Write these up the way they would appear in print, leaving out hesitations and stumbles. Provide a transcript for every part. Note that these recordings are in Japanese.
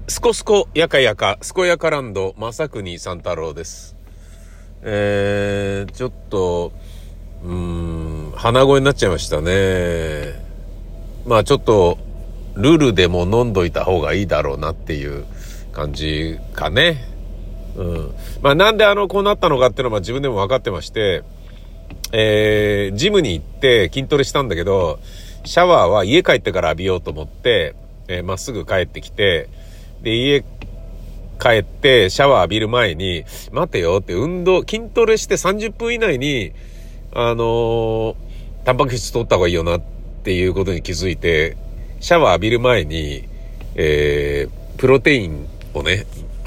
すこすこやかやか、すこやかランド、正国三太郎です。ちょっと、鼻声になっちゃいましたね。まあちょっと、ルルでも飲んどいた方がいいだろうなっていう感じかね。まあなんでこうなったのかっていうのは自分でも分かってまして、ジムに行って筋トレしたんだけど、シャワーは家帰ってから浴びようと思って、まっすぐ帰ってきて、で、家帰ってシャワー浴びる前に、待てよって筋トレして30分以内に、タンパク質取った方がいいよなっていうことに気づいて、シャワー浴びる前に、プロテインをね、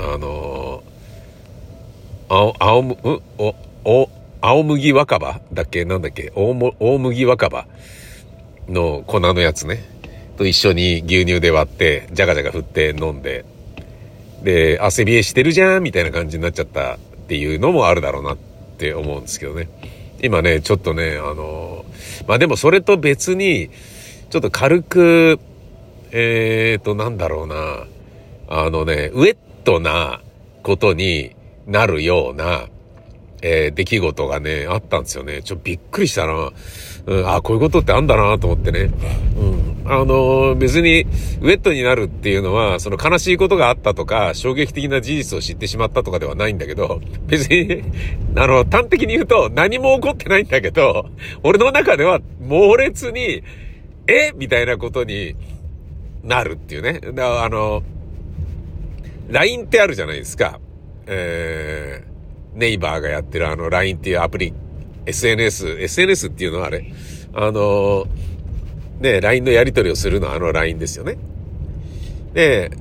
青麦若葉だっけなんだっけ大麦若葉の粉のやつね。と一緒に牛乳で割って、ジャガジャガ振って飲んで、で、汗冷えしてるじゃんみたいな感じになっちゃったっていうのもあるだろうなって思うんですけどね。今ね、ちょっとね、まあでもそれと別に、ちょっと軽く、なんだろうな、ウェットなことになるような、出来事がね、あったんですよね。びっくりしたな。こういうことってあんだなと思ってね。別に、ウェットになるっていうのは、その悲しいことがあったとか、衝撃的な事実を知ってしまったとかではないんだけど、別に、端的に言うと何も起こってないんだけど、俺の中では猛烈に、みたいなことになるっていうね。だからLINE ってあるじゃないですか。ネイバーがやってるLINE っていうアプリ、SNS っていうのはあれ、LINE のやり取りをするのはLINE ですよね。で、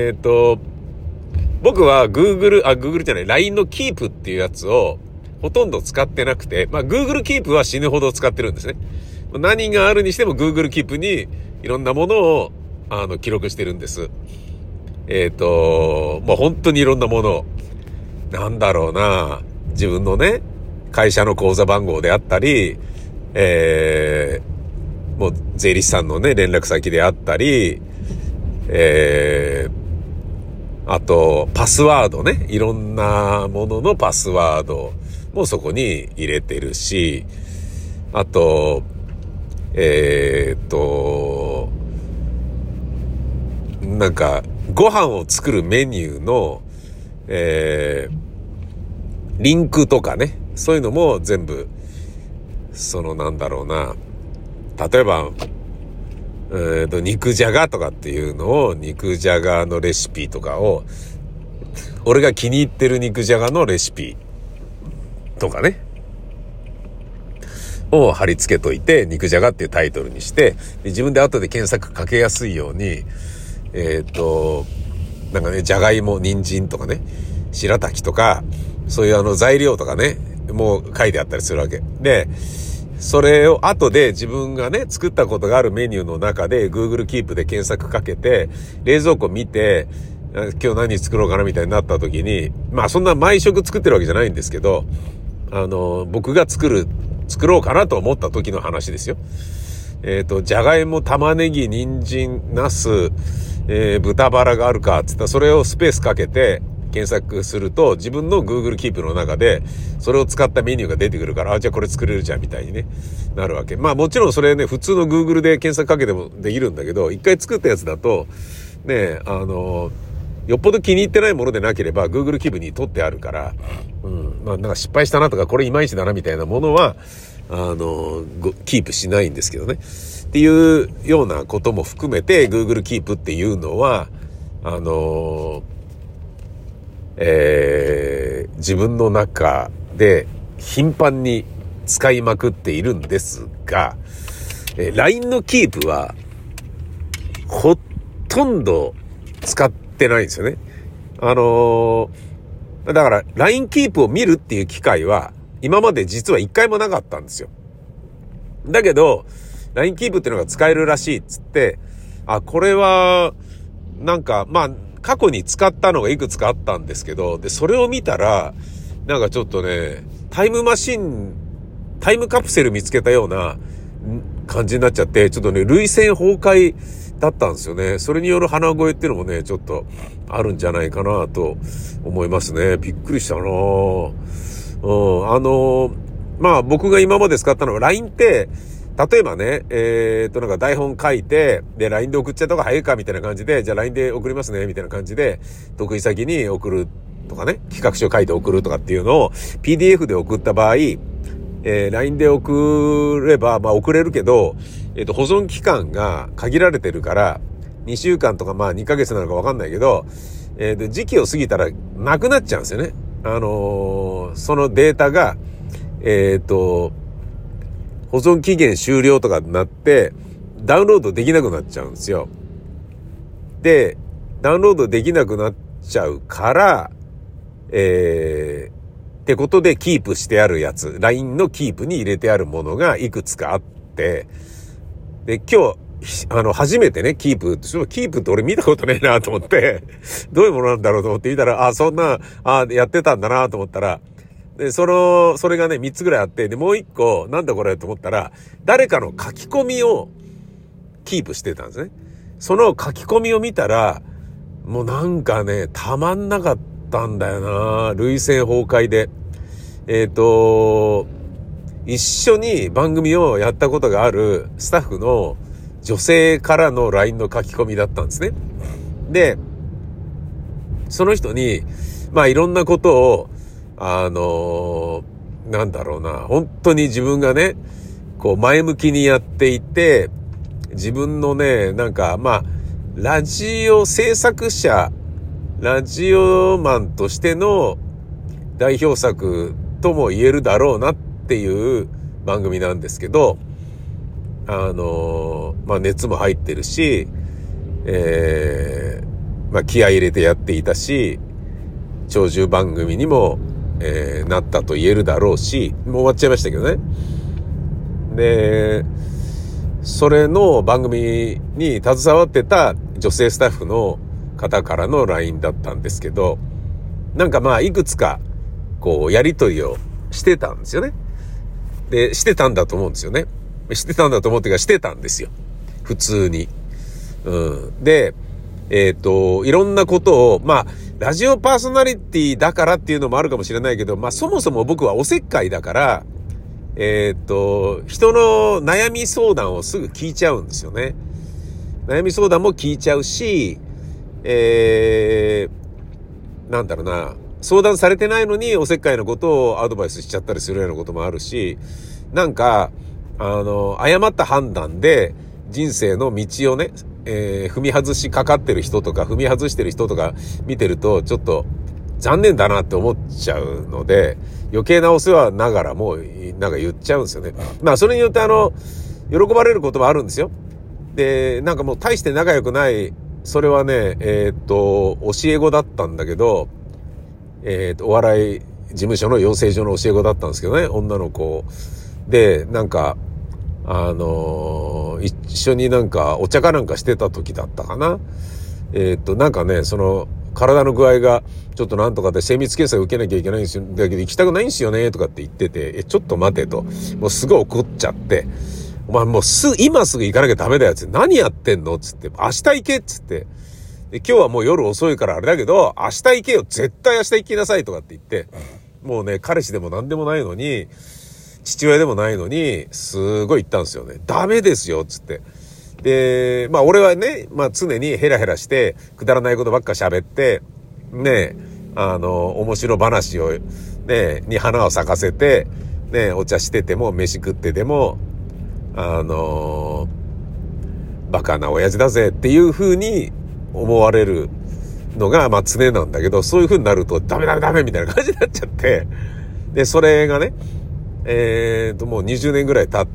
僕はGoogle じゃない、LINE の Keep っていうやつをほとんど使ってなくて、まあ Google Keep は死ぬほど使ってるんですね。何があるにしても Google Keep にいろんなものを記録してるんです。もう本当にいろんなものを。なんだろうな、自分のね、会社の口座番号であったり、もう税理士さんのね、連絡先であったり、あと、パスワードね、いろんなもののパスワードもそこに入れてるし、あと、なんか、ご飯を作るメニューの、リンクとかね、そういうのも全部、なんだろうな、例えば、肉じゃがとかっていうのを、肉じゃがのレシピとかを、俺が気に入ってる肉じゃがのレシピとかね、を貼り付けといて、肉じゃがっていうタイトルにして、で自分で後で検索かけやすいように、なんかね、じゃがいも、人参とかね、白滝とか、そういう材料とかね、もう書いてあったりするわけ。で、それを後で自分がね、作ったことがあるメニューの中で Google Keep で検索かけて、冷蔵庫見て、今日何作ろうかなみたいになった時に、まあそんな毎食作ってるわけじゃないんですけど、僕が作ろうかなと思った時の話ですよ。じゃがいも、玉ねぎ、人参、ナス、豚バラがあるかって言ったら、それをスペースかけて検索すると、自分の Google Keep の中でそれを使ったメニューが出てくるから、じゃあこれ作れるじゃんみたいにね、なるわけ。まあもちろんそれね、普通の Google で検索かけてもできるんだけど、一回作ったやつだとね、よっぽど気に入ってないものでなければ Google Keep に取ってあるから、まあなんか失敗したなとか、これいまいちだなみたいなものはキープしないんですけどね。っていうようなことも含めて Google Keep っていうのは、自分の中で頻繁に使いまくっているんですが、LINE の Keep はほとんど使ってないんですよね。だから LINE キープを見るっていう機会は今まで実は一回もなかったんですよ。だけど LINE キープっていうのが使えるらしいっつって、これはなんかまあ過去に使ったのがいくつかあったんですけど、でそれを見たらなんかちょっとね、タイムカプセル見つけたような感じになっちゃって、ちょっとね、涙腺崩壊だったんですよね。それによる鼻声っていうのもね、ちょっとあるんじゃないかなと思いますね。びっくりしたなまあ僕が今まで使ったのは LINE って、例えばね、なんか台本書いて、で、LINE で送っちゃった方が早いかみたいな感じで、じゃあ LINE で送りますね、みたいな感じで、得意先に送るとかね、企画書書いて送るとかっていうのを PDF で送った場合、LINE で送れば、まあ送れるけど、保存期間が限られてるから、2週間とかまあ2ヶ月なのかわかんないけど、時期を過ぎたらなくなっちゃうんですよね。そのデータが、保存期限終了とかになって、ダウンロードできなくなっちゃうんですよ。で、ダウンロードできなくなっちゃうから、ってことでキープしてあるやつ、LINE のキープに入れてあるものがいくつかあって、で、今日、初めてね、キープって俺見たことねえなと思って、どういうものなんだろうと思って見たら、そんな、やってたんだなと思ったら、で、それがね、3つぐらいあって、で、もう1個、なんだこれと思ったら、誰かの書き込みをキープしてたんですね。その書き込みを見たら、もうなんかね、たまんなかったんだよな。涙腺崩壊で。一緒に番組をやったことがあるスタッフの女性からの LINE の書き込みだったんですね。で、その人に、まあいろんなことを、なんだろうな、本当に自分がね、こう前向きにやっていて、自分のね、なんかまあ、ラジオ制作者、ラジオマンとしての代表作とも言えるだろうなっていう番組なんですけど、まあ熱も入ってるし、まあ気合い入れてやっていたし、長寿番組にも、なったと言えるだろうし、もう終わっちゃいましたけどね。で、それの番組に携わってた女性スタッフの方からの LINE だったんですけど、なんかまあいくつかこうやりとりをしてたんですよね。で、してたんだと思うんですよね。してたんだと思ってかしてたんですよ。普通に。で、いろんなことを、まあ、ラジオパーソナリティだからっていうのもあるかもしれないけど、まあそもそも僕はおせっかいだから、人の悩み相談をすぐ聞いちゃうんですよね。悩み相談も聞いちゃうし、なんだろうな、相談されてないのにおせっかいのことをアドバイスしちゃったりするようなこともあるし、なんか、誤った判断で人生の道をね、踏み外しかかってる人とか踏み外してる人とか見てるとちょっと残念だなって思っちゃうので、余計なお世話ながらもなんか言っちゃうんですよね。まあそれによって喜ばれることもあるんですよ。で、なんかもう大して仲良くない、それはね、教え子だったんだけど、お笑い事務所の養成所の教え子だったんですけどね、女の子で、なんか一緒になんかお茶かなんかしてた時だったかな。なんかね、その体の具合がちょっとなんとかで精密検査を受けなきゃいけないんですよ。だけど行きたくないんですよねとかって言ってて、ちょっと待てと、もうすごい怒っちゃって、お前もう今すぐ行かなきゃダメだよって、何やってんのっつって、明日行けっつって、で今日はもう夜遅いからあれだけど、明日行けよ、絶対明日行きなさいとかって言って、もうね、彼氏でも何でもないのに、父親でもないのに、すごい言ったんですよね。ダメですよ、つって。で、まあ俺はね、まあ常にヘラヘラして、くだらないことばっか喋って、ね、面白話を、ね、に花を咲かせて、ね、お茶してても、飯食ってても、バカな親父だぜっていう風に思われるのが、まあ常なんだけど、そういう風になると、ダメみたいな感じになっちゃって、で、それがね、もう20年ぐらい経って、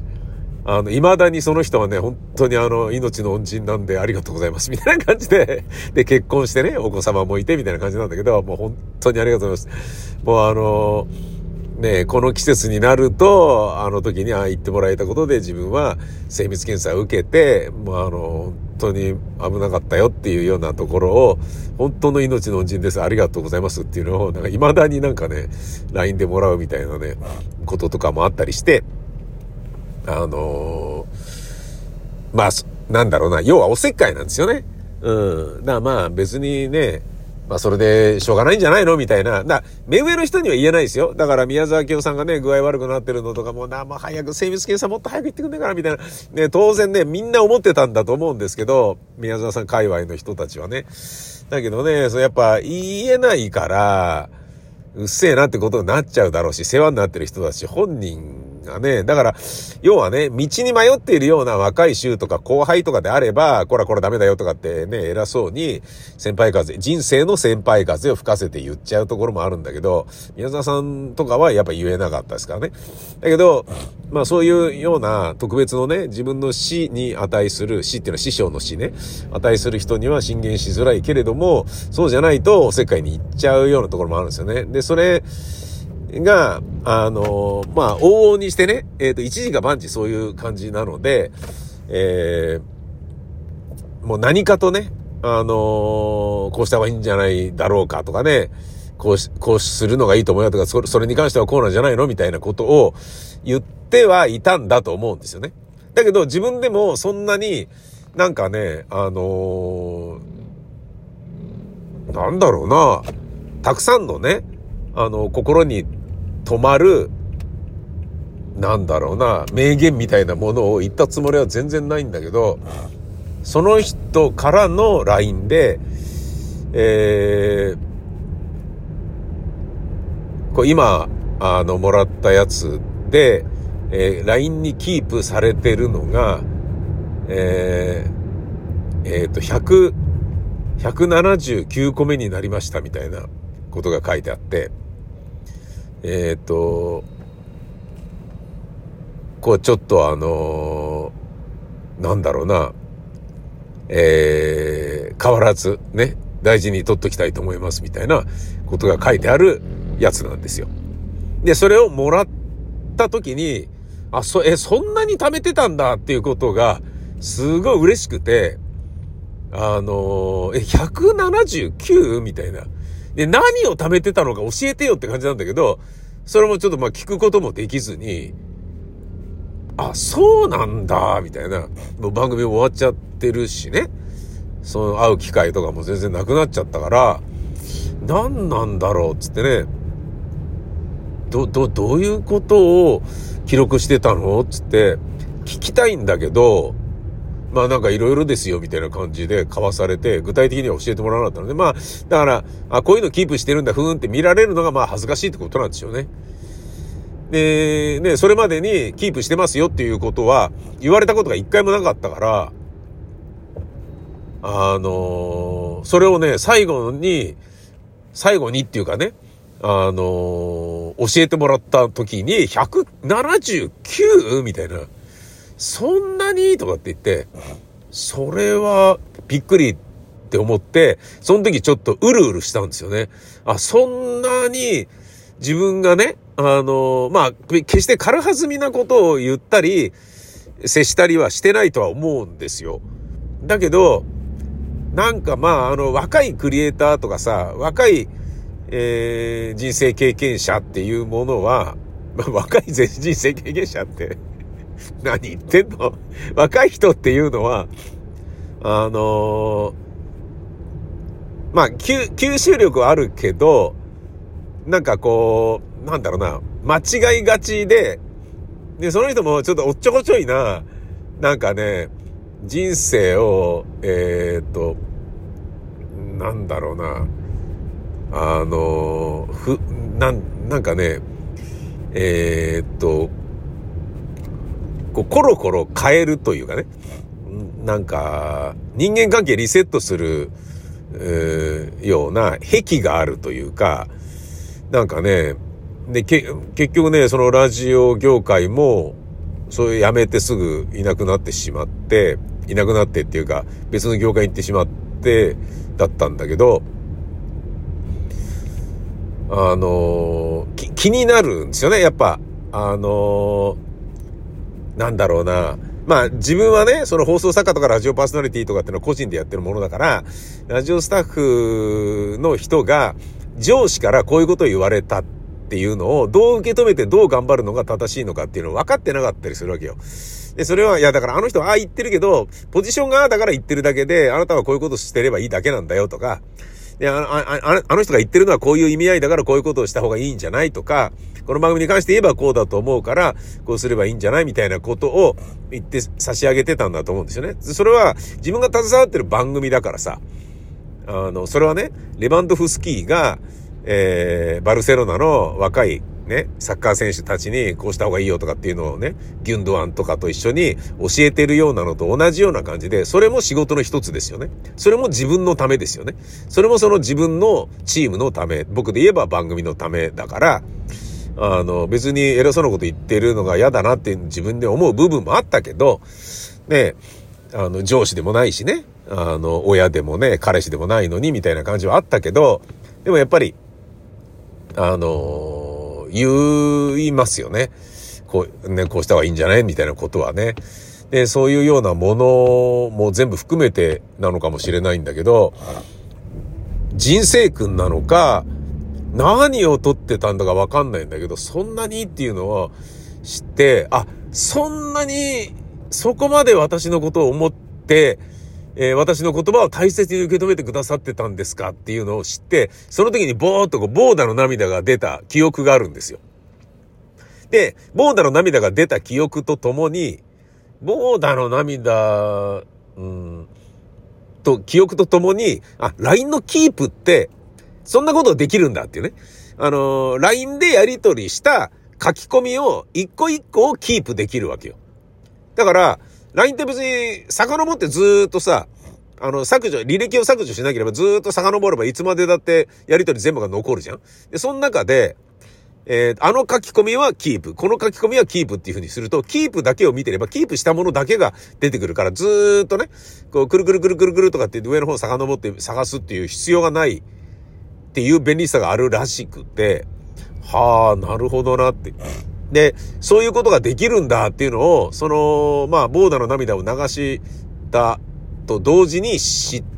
未だにその人はね、本当に命の恩人なんでありがとうございます、みたいな感じで、で、結婚してね、お子様もいて、みたいな感じなんだけど、もう本当にありがとうございます。もうね、この季節になると、時に言ってもらえたことで自分は精密検査を受けて、もう本当に危なかったよっていうようなところを、本当の命の恩人です、ありがとうございますっていうのを、なんか未だになんかね、LINE でもらうみたいなね、こととかもあったりして、まあ、 なんだろうな、要はおせっかいなんですよね。だからまあ別にね、まあそれでしょうがないんじゃないのみたいな。目上の人には言えないですよ。だから宮沢清さんがね、具合悪くなってるのとかももう早く精密検査もっと早く行ってくんねえからみたいな。ね、当然ね、みんな思ってたんだと思うんですけど、宮沢さん界隈の人たちはね。だけどね、やっぱ言えないから、うっせえなってことになっちゃうだろうし、世話になってる人たち本人がね、だから、要はね、道に迷っているような若い衆とか後輩とかであれば、こらダメだよとかってね、偉そうに人生の先輩風を吹かせて言っちゃうところもあるんだけど、宮沢さんとかはやっぱ言えなかったですからね。だけど、まあそういうような特別のね、自分の死に値する、死っていうのは師匠の死ね、値する人には進言しづらいけれども、そうじゃないとおせっかいに行っちゃうようなところもあるんですよね。で、それが、まあ、往々にしてね、一時が万事そういう感じなので、もう何かとね、こうした方がいいんじゃないだろうかとかね、こうするのがいいと思うよとか、それに関してはこうなんじゃないのみたいなことを言ってはいたんだと思うんですよね。だけど自分でもそんなになんかね、なんだろうな、たくさんのね、心に止まる、なんだろうな、名言みたいなものを言ったつもりは全然ないんだけど、その人からの LINE で、今、もらったやつで、LINE にキープされてるのが、179個目になりましたみたいなことが書いてあって、こうちょっとなんだろうな、変わらずね、大事に取っときたいと思いますみたいなことが書いてあるやつなんですよ。で、それをもらった時に、そんなに貯めてたんだっていうことがすごい嬉しくて、179? みたいな。で、何を貯めてたのか教えてよって感じなんだけど、それもちょっと聞くこともできずに、そうなんだ、みたいな。もう番組終わっちゃってるしね。会う機会とかも全然なくなっちゃったから、何なんだろうっつってね。どういうことを記録してたのっつって聞きたいんだけど、まあなんかいろいろですよみたいな感じで交わされて、具体的には教えてもらわなかったので、まあだからこういうのキープしてるんだふーんって見られるのがまあ恥ずかしいってことなんでしょうね。でね、それまでにキープしてますよっていうことは言われたことが一回もなかったから、それをね最後にっていうかね、教えてもらった時に 179? みたいな。そんなにとかって言って、それはびっくりって思って、その時ちょっとうるうるしたんですよね。そんなに自分がね、決して軽はずみなことを言ったり、接したりはしてないとは思うんですよ。だけど、なんか若いクリエイターとかさ、若い、人生経験者っていうものは、若い人生経験者って何言ってんの？若い人っていうのは、吸収力はあるけど、なんかこう、なんだろうな、間違いがちで、その人もちょっとおっちょこちょいな、なんかね、人生を、なんだろうな、なんかね、コロコロ変えるというかね、なんか人間関係リセットする、ような癖があるというか、なんかね、で結局ね、そのラジオ業界もそういう辞めてすぐいなくなってっていうか別の業界に行ってしまってだったんだけど、気になるんですよね、やっぱ。なんだろうな。自分はね、その放送作家とかラジオパーソナリティとかっていうのは個人でやってるものだから、ラジオスタッフの人が上司からこういうことを言われたっていうのをどう受け止めてどう頑張るのが正しいのかっていうのを分かってなかったりするわけよ。 で、それは、いや、だからあの人はああ言ってるけど、ポジションがああだから言ってるだけで、あなたはこういうことしてればいいだけなんだよとか、で、あの人が言ってるのはこういう意味合いだからこういうことをした方がいいんじゃないとか、この番組に関して言えばこうだと思うから、こうすればいいんじゃないみたいなことを言って差し上げてたんだと思うんですよね。それは自分が携わってる番組だからさ、それはね、レバンドフスキーが、バルセロナの若いね、サッカー選手たちにこうした方がいいよとかっていうのをね、ギュンドアンとかと一緒に教えてるようなのと同じような感じで、それも仕事の一つですよね。それも自分のためですよね。それもその自分のチームのため、僕で言えば番組のためだから、別に偉そうなこと言ってるのが嫌だなって自分で思う部分もあったけど、ね、上司でもないしね、親でもね、彼氏でもないのにみたいな感じはあったけど、でもやっぱり、言いますよね。こうした方がいいんじゃないみたいなことはね。で、そういうようなものも全部含めてなのかもしれないんだけど、人生訓なのか、何を取ってたんだかわかんないんだけど、そんなにっていうのを知って、そんなに、そこまで私のことを思って、私の言葉を大切に受け止めてくださってたんですかっていうのを知って、その時にボーーダの涙が出た記憶があるんですよ。で、ボーダの涙が出た記憶とともに、ボーダの涙、記憶とともに、LINE のキープって、そんなことできるんだっていうね。LINE でやり取りした書き込みを一個一個をキープできるわけよ。だから、LINE って別に遡ってずーっとさ、履歴を削除しなければずーっと遡ればいつまでだってやり取り全部が残るじゃん。で、その中で、あの書き込みはキープ、この書き込みはキープっていう風にすると、キープだけを見てれば、キープしたものだけが出てくるから、ずーっとね、こう、くるくるくるくるくるとかって上の方遡って探すっていう必要がないっていう便利さがあるらしくて、はあ、なるほどなって。で、そういうことができるんだっていうのを、ボーダの涙を流したと同時に知って、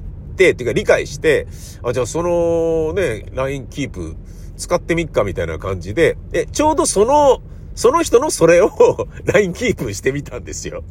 っていうか理解して、じゃあそのね、LINE キープ使ってみっかみたいな感じで、ちょうどその人のそれをLINE キープしてみたんですよ。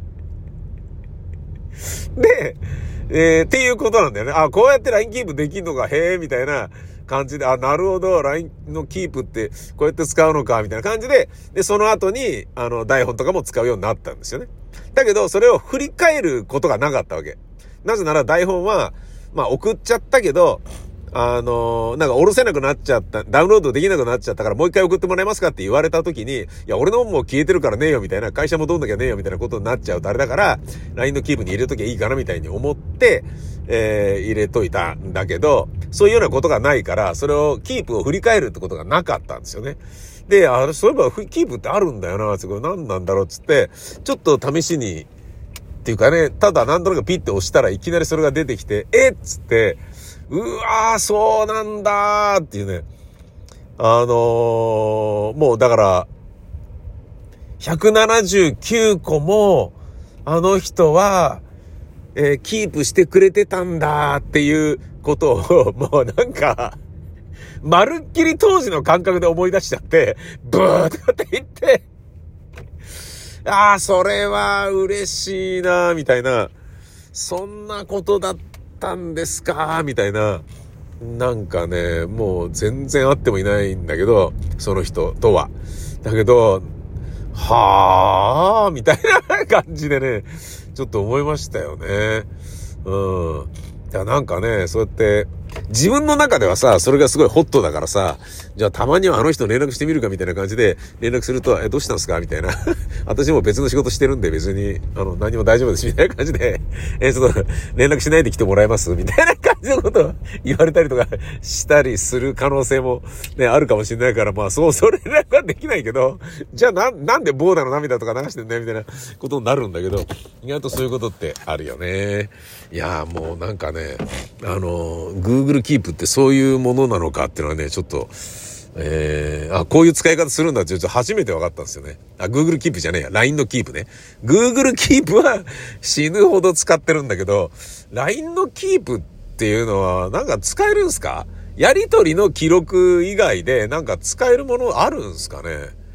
で、っていうことなんだよね。こうやって LINE キープできんのか、へーみたいな感じで、なるほど、LINE のキープってこうやって使うのか、みたいな感じで、で、その後に、台本とかも使うようになったんですよね。だけど、それを振り返ることがなかったわけ。なぜなら台本は、送っちゃったけど、なんか下ろせなくなっちゃった、ダウンロードできなくなっちゃったからもう一回送ってもらえますかって言われた時に、いや、俺のもう消えてるからねえよみたいな、会社戻んなきゃねえよみたいなことになっちゃうとあれだから、LINE のキープに入れときゃいいかなみたいに思って、入れといたんだけど、そういうようなことがないから、それを、キープを振り返るってことがなかったんですよね。で、そういえばキープってあるんだよな、これ何なんだろうっつって、ちょっと試しに、っていうかね、ただなんとなくピッて押したらいきなりそれが出てきて、っつって、うわー、そうなんだーっていうね。もうだから、179個も、あの人は、キープしてくれてたんだっていうことを、もうなんか、まるっきり当時の感覚で思い出しちゃって、ブーとかって言って、それは嬉しいなみたいな、そんなことだったんですかみたいな、なんかね、もう全然会ってもいないんだけど、その人とは。だけど、はぁーみたいな感じでね、ちょっと思いましたよね。いや、なんかね、そうやって、自分の中ではさ、それがすごいホットだからさ、じゃあたまにはあの人連絡してみるかみたいな感じで連絡すると、どうしたんですかみたいな。私も別の仕事してるんで別に、何も大丈夫ですみたいな感じで、ちょっと連絡しないで来てもらえますみたいな感じのことを言われたりとかしたりする可能性もね、あるかもしれないから、それ連絡はできないけど、じゃあなんでボーダの涙とか流してんだよみたいなことになるんだけど、意外とそういうことってあるよね。いやーもうなんかね、Google Keep ってそういうものなのかっていうのはね、ちょっと、こういう使い方するんだってちょっと初めて分かったんですよね。Google Keep じゃねえや。LINE の Keep ね。Google Keep は死ぬほど使ってるんだけど、LINE の Keep っていうのはなんか使えるんすか？やりとりの記録以外でなんか使えるものあるんすかね？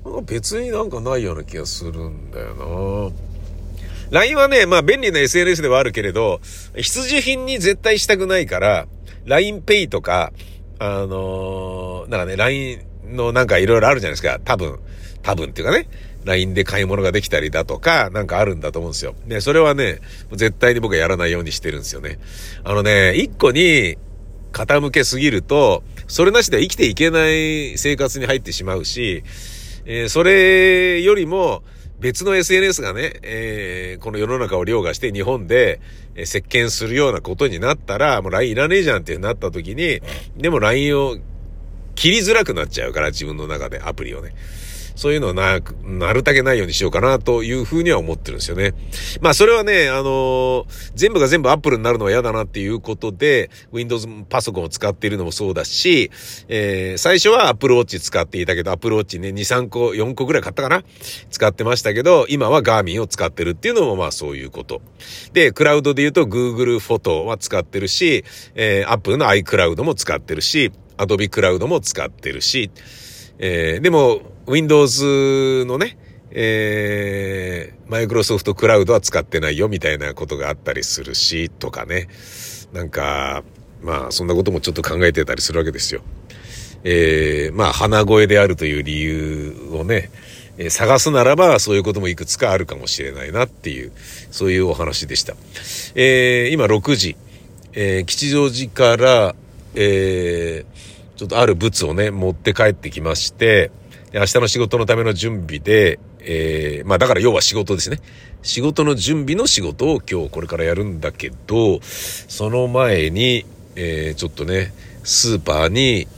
別になんかないような気がするんだよな。LINE はね、まあ便利な SNS ではあるけれど、必需品に絶対したくないから、LINEPay とか、なんかね、LINE のなんかいろいろあるじゃないですか。多分っていうかね、LINE で買い物ができたりだとか、なんかあるんだと思うんですよ。で、それはね、絶対に僕はやらないようにしてるんですよね。一個に傾けすぎると、それなしでは生きていけない生活に入ってしまうし、それよりも別の SNS がね、この世の中を凌駕して日本で席巻するようなことになったら、もう LINE いらねえじゃんってなった時に、でも LINE を切りづらくなっちゃうから、自分の中でアプリをね。そういうのをなるだけないようにしようかなというふうには思ってるんですよね。まあそれはね、全部が全部 Apple になるのは嫌だなっていうことで、Windows パソコンを使っているのもそうだし、最初は Apple Watch 使っていたけど、Apple Watch ね、2、3個、4個ぐらい買ったかな使ってましたけど、今は Garmin を使ってるっていうのもまあそういうこと。で、クラウドで言うと Google フォトは使ってるし、Apple の iCloud も使ってるし、Adobe Cloud も使ってるし、でも、Windows のね、マイクロソフトクラウドは使ってないよみたいなことがあったりするし、とかね。なんか、まあ、そんなこともちょっと考えてたりするわけですよ。まあ、鼻声であるという理由をね、探すならば、そういうこともいくつかあるかもしれないなっていう、そういうお話でした。今6時、吉祥寺から、ちょっとある物をね、持って帰ってきまして、明日の仕事のための準備で、まあだから要は仕事ですね。仕事の準備の仕事を今日これからやるんだけど、その前に、ちょっとね、スーパーに、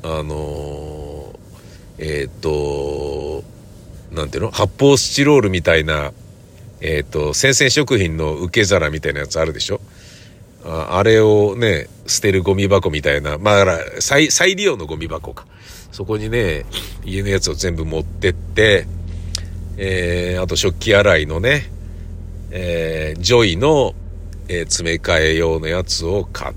なんていうの？発泡スチロールみたいな、生鮮食品の受け皿みたいなやつあるでしょ？あれをね、捨てるゴミ箱みたいな、まあだから再利用のゴミ箱か。そこにね、家のやつを全部持ってって、あと食器洗いのね、ジョイの、詰め替え用のやつを買って、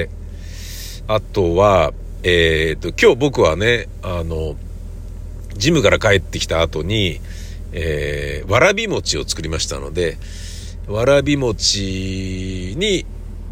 あとは、今日僕はね、ジムから帰ってきた後に、わらび餅を作りましたので、わらび餅に、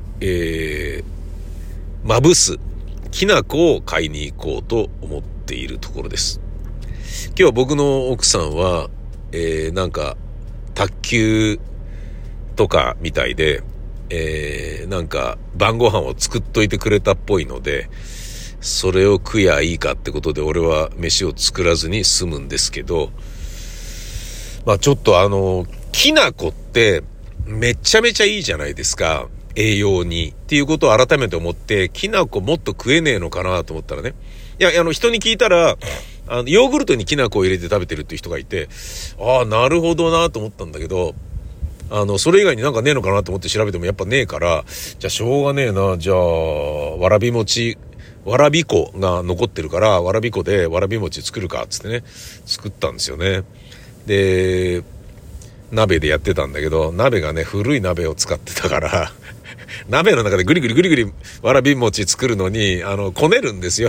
まぶすきな粉を買いに行こうと思っているところです。今日僕の奥さんは、なんか卓球とかみたいで、なんか晩ご飯を作っといてくれたっぽいので、それを食やいいかってことで俺は飯を作らずに済むんですけど、まあちょっときな粉ってめちゃめちゃいいじゃないですか。栄養に。っていうことを改めて思って、きな粉もっと食えねえのかなと思ったらね。いや、人に聞いたら、ヨーグルトにきな粉を入れて食べてるっていう人がいて、ああ、なるほどなと思ったんだけど、それ以外になんかねえのかなと思って調べてもやっぱねえから、じゃあしょうがねえな、じゃあ、わらび粉が残ってるから、わらび粉でわらび餅作るか、つってね、作ったんですよね。で、鍋でやってたんだけど、鍋がね、古い鍋を使ってたから、鍋の中でぐりぐりわらび餅作るのに、こねるんですよ。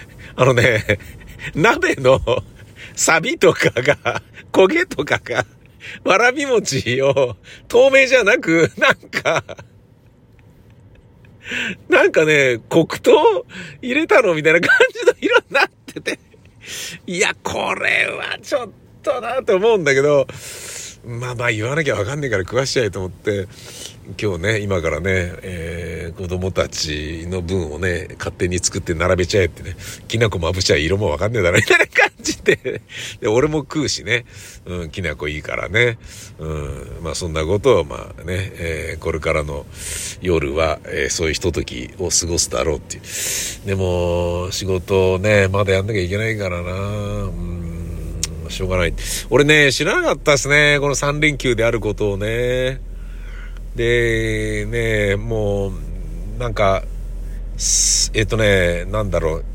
鍋のサビとかが、焦げとかが、わらび餅を透明じゃなく、なんかね、黒糖入れたのみたいな感じの色になってて、いや、これはちょっとなと思うんだけど、まあ言わなきゃわかんねえから食わしちゃえと思って、今日ね、今からね、子供たちの分をね、勝手に作って並べちゃえってね、きな粉まぶしちゃ色もわかんねえだろみたいな感じで、で俺も食うしね、きな粉いいからね、まあそんなことをまあね、これからの夜は、そういうひとときを過ごすだろうっていう。でも仕事ね、まだやんなきゃいけないからな。しょうがない。俺ね、知らなかったですね。この3連休であることをね。で、ね、もう、なんか、なんだろう、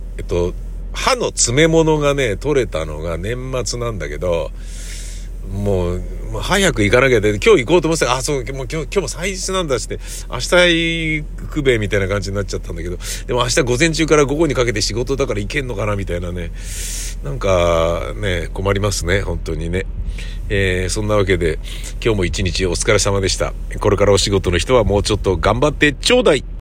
歯の詰め物がね、取れたのが年末なんだけど、もう早く行かなきゃで、今日行こうと思ってた。そう、もう今日も祭日なんだして、明日行くべみたいな感じになっちゃったんだけど、でも明日午前中から午後にかけて仕事だから行けんのかなみたいなね。なんかね、困りますね、本当にね。そんなわけで、今日も一日お疲れ様でした。これからお仕事の人はもうちょっと頑張ってちょうだい。